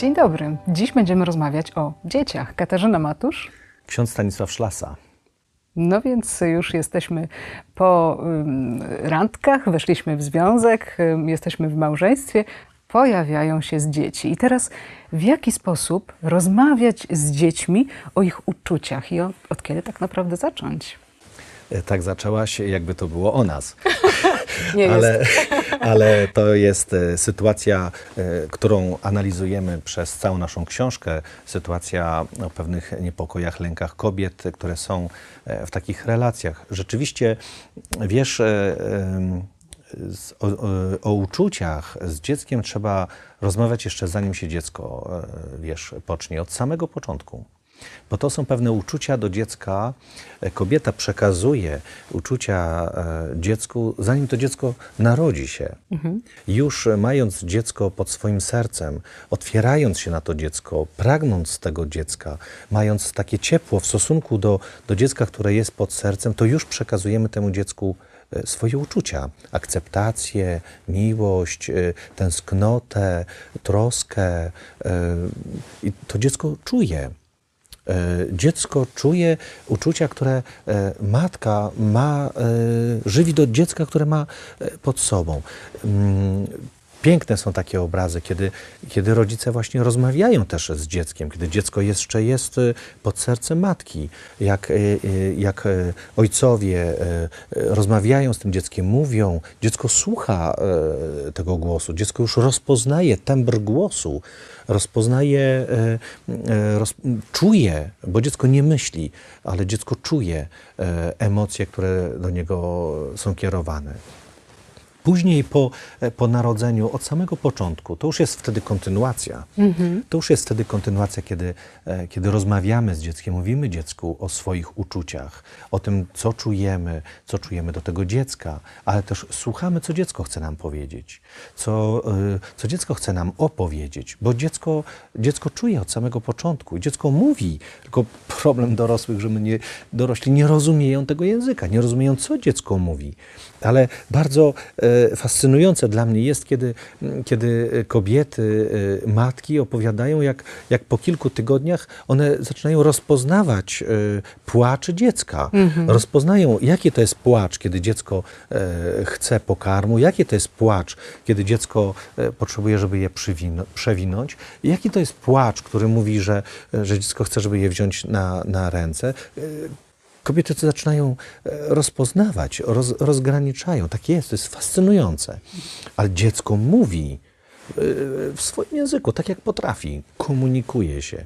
Dzień dobry. Dziś będziemy rozmawiać o dzieciach. Katarzyna Matusz. Ksiądz Stanisław Szlasa. No więc już jesteśmy po randkach, weszliśmy w związek, jesteśmy w małżeństwie, pojawiają się z dzieci. I teraz w jaki sposób rozmawiać z dziećmi o ich uczuciach i od kiedy tak naprawdę zacząć? Tak zaczęłaś, jakby to było o nas. Nie jest. Ale to jest sytuacja, którą analizujemy przez całą naszą książkę. Sytuacja o pewnych niepokojach, lękach kobiet, które są w takich relacjach. Rzeczywiście, wiesz, o uczuciach z dzieckiem trzeba rozmawiać jeszcze zanim się dziecko, pocznie, od samego początku. Bo to są pewne uczucia do dziecka. Kobieta przekazuje uczucia dziecku, zanim to dziecko narodzi się. Już mając dziecko pod swoim sercem, otwierając się na to dziecko, pragnąc tego dziecka, mając takie ciepło w stosunku do dziecka, które jest pod sercem, to już przekazujemy temu dziecku swoje uczucia, akceptację, miłość, tęsknotę, troskę. I to dziecko czuje. Dziecko czuje uczucia, które matka ma, żywi do dziecka, które ma pod sobą. Piękne są takie obrazy, kiedy rodzice właśnie rozmawiają też z dzieckiem, kiedy dziecko jeszcze jest pod sercem matki, jak ojcowie rozmawiają z tym dzieckiem, mówią, dziecko słucha tego głosu, dziecko już rozpoznaje tembr głosu, rozpoznaje, czuje, bo dziecko nie myśli, ale dziecko czuje emocje, które do niego są kierowane. Później po narodzeniu, od samego początku, to już jest wtedy kontynuacja. To już jest wtedy kontynuacja, kiedy rozmawiamy z dzieckiem, mówimy dziecku o swoich uczuciach, o tym, co czujemy do tego dziecka, ale też słuchamy, co dziecko chce nam powiedzieć, co dziecko chce nam opowiedzieć, bo dziecko czuje od samego początku. Dziecko mówi, tylko problem dorosłych, że my dorośli nie rozumieją tego języka, nie rozumieją, co dziecko mówi. Ale bardzo fascynujące dla mnie jest, kiedy kobiety, matki opowiadają, jak po kilku tygodniach one zaczynają rozpoznawać płacz dziecka. Rozpoznają, jaki to jest płacz, kiedy dziecko chce pokarmu, jaki to jest płacz, kiedy dziecko potrzebuje, żeby je przewinąć, jaki to jest płacz, który mówi, że dziecko chce, żeby je wziąć na ręce. Kobiety to zaczynają rozpoznawać, rozgraniczają. Tak jest, to jest fascynujące. Ale dziecko mówi w swoim języku, tak jak potrafi, komunikuje się.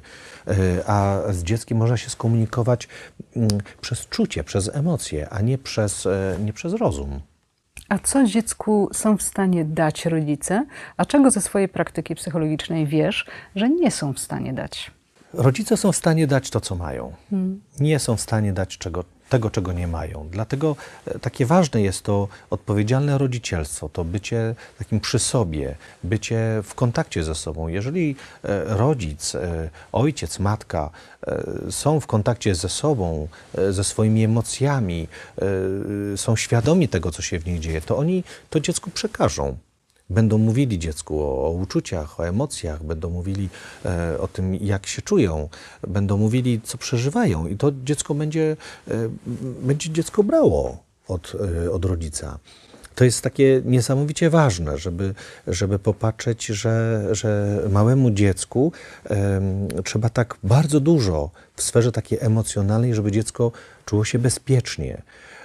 A z dzieckiem można się skomunikować przez czucie, przez emocje, a nie przez rozum. A co dziecku są w stanie dać rodzice, a czego ze swojej praktyki psychologicznej wiesz, że nie są w stanie dać? Rodzice są w stanie dać to, co mają. Nie są w stanie dać tego, czego nie mają. Dlatego takie ważne jest to odpowiedzialne rodzicielstwo, to bycie takim przy sobie, bycie w kontakcie ze sobą. Jeżeli rodzic, ojciec, matka są w kontakcie ze sobą, ze swoimi emocjami, są świadomi tego, co się w nich dzieje, to oni to dziecku przekażą. Będą mówili dziecku o uczuciach, o emocjach, będą mówili o tym, jak się czują, będą mówili, co przeżywają i to dziecko będzie dziecko brało od rodzica. To jest takie niesamowicie ważne, żeby popatrzeć, że małemu dziecku trzeba tak bardzo dużo w sferze takiej emocjonalnej, żeby dziecko czuło się bezpiecznie.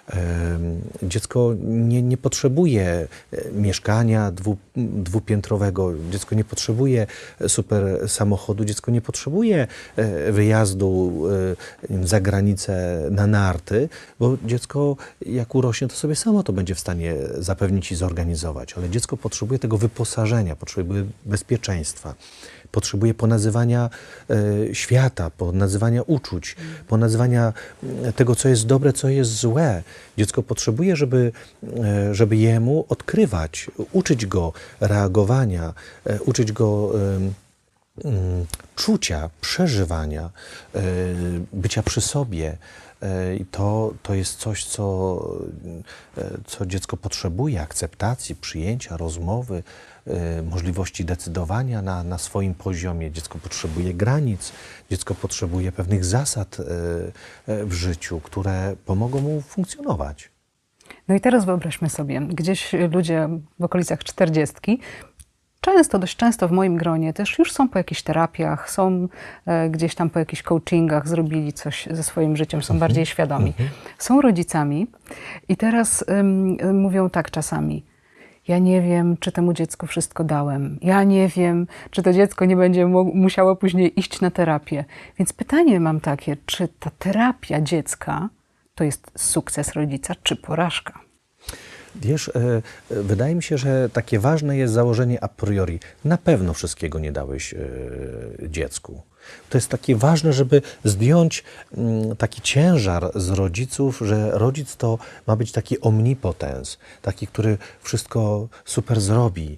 Dziecko nie potrzebuje mieszkania dwupiętrowego, dziecko nie potrzebuje super samochodu, dziecko nie potrzebuje wyjazdu za granicę na narty, bo dziecko jak urośnie, to sobie samo to będzie w stanie zapewnić i zorganizować, ale dziecko potrzebuje tego wyposażenia, potrzebuje bezpieczeństwa. Potrzebuje ponazywania świata, ponazywania uczuć, ponazywania tego, co jest dobre, co jest złe. Dziecko potrzebuje, żeby jemu odkrywać, uczyć go reagowania, uczyć go czucia, przeżywania, bycia przy sobie, I to jest coś, co dziecko potrzebuje, akceptacji, przyjęcia, rozmowy, możliwości decydowania na swoim poziomie. Dziecko potrzebuje granic, dziecko potrzebuje pewnych zasad w życiu, które pomogą mu funkcjonować. No i teraz wyobraźmy sobie, gdzieś ludzie w okolicach 40, dość często w moim gronie też już są po jakichś terapiach, są gdzieś tam po jakichś coachingach, zrobili coś ze swoim życiem, są bardziej świadomi. Są rodzicami i teraz mówią tak czasami: ja nie wiem, czy temu dziecku wszystko dałem. Ja nie wiem, czy to dziecko nie będzie musiało później iść na terapię. Więc pytanie mam takie, czy ta terapia dziecka to jest sukces rodzica, czy porażka? Wiesz, wydaje mi się, że takie ważne jest założenie a priori. Na pewno wszystkiego nie dałeś dziecku. To jest takie ważne, żeby zdjąć taki ciężar z rodziców, że rodzic to ma być taki omnipotens, taki, który wszystko super zrobi,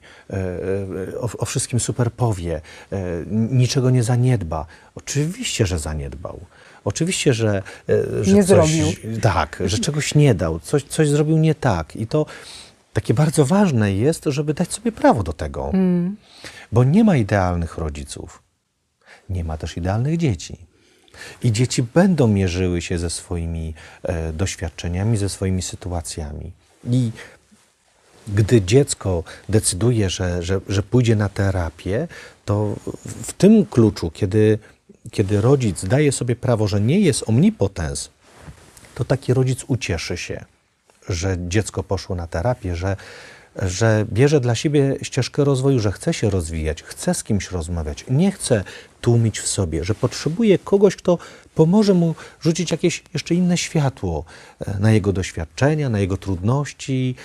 o wszystkim super powie, niczego nie zaniedba. Oczywiście, że zaniedbał. Oczywiście, że nie zrobił. Tak, że czegoś nie dał, coś zrobił nie tak. I to takie bardzo ważne jest, żeby dać sobie prawo do tego. Bo nie ma idealnych rodziców. Nie ma też idealnych dzieci. I dzieci będą mierzyły się ze swoimi doświadczeniami, ze swoimi sytuacjami. I gdy dziecko decyduje, że pójdzie na terapię, to w tym kluczu, kiedy rodzic daje sobie prawo, że nie jest omnipotens, to taki rodzic ucieszy się, że dziecko poszło na terapię, że bierze dla siebie ścieżkę rozwoju, że chce się rozwijać, chce z kimś rozmawiać, nie chce tłumić w sobie, że potrzebuje kogoś, kto pomoże mu rzucić jakieś jeszcze inne światło na jego doświadczenia, na jego trudności,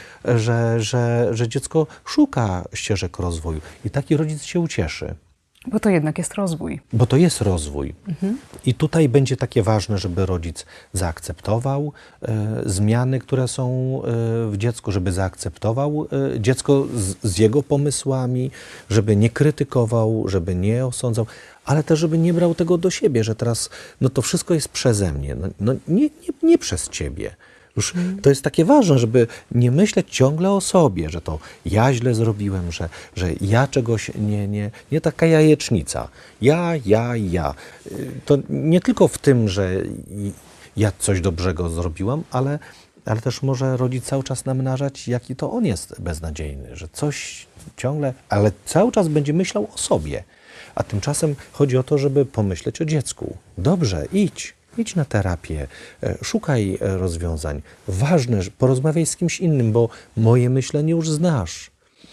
że dziecko szuka ścieżek rozwoju i taki rodzic się ucieszy. Bo to jednak jest rozwój. Bo to jest rozwój. I tutaj będzie takie ważne, żeby rodzic zaakceptował zmiany, które są w dziecku, żeby zaakceptował dziecko z jego pomysłami, żeby nie krytykował, żeby nie osądzał, ale też żeby nie brał tego do siebie, że teraz no to wszystko jest przeze mnie, nie przez ciebie. Już to jest takie ważne, żeby nie myśleć ciągle o sobie, że to ja źle zrobiłem, że ja czegoś nie taka jajecznica. Ja. To nie tylko w tym, że ja coś dobrego zrobiłam, ale też może rodzic cały czas namnażać, jaki to on jest beznadziejny, że coś ciągle, ale cały czas będzie myślał o sobie. A tymczasem chodzi o to, żeby pomyśleć o dziecku. Dobrze, idź na terapię, szukaj rozwiązań. Ważne, porozmawiaj z kimś innym, bo moje myślenie już znasz.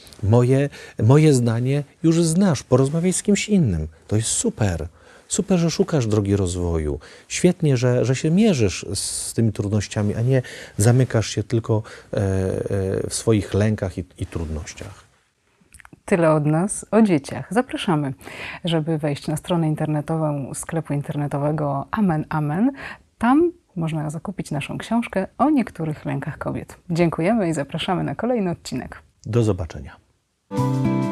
Moje zdanie już znasz. Porozmawiaj z kimś innym. To jest super. Super, że szukasz drogi rozwoju. Świetnie, że się mierzysz z tymi trudnościami, a nie zamykasz się tylko w swoich lękach i trudnościach. Tyle od nas o dzieciach. Zapraszamy, żeby wejść na stronę internetową sklepu internetowego Amen Amen. Tam można zakupić naszą książkę o niektórych lękach kobiet. Dziękujemy i zapraszamy na kolejny odcinek. Do zobaczenia.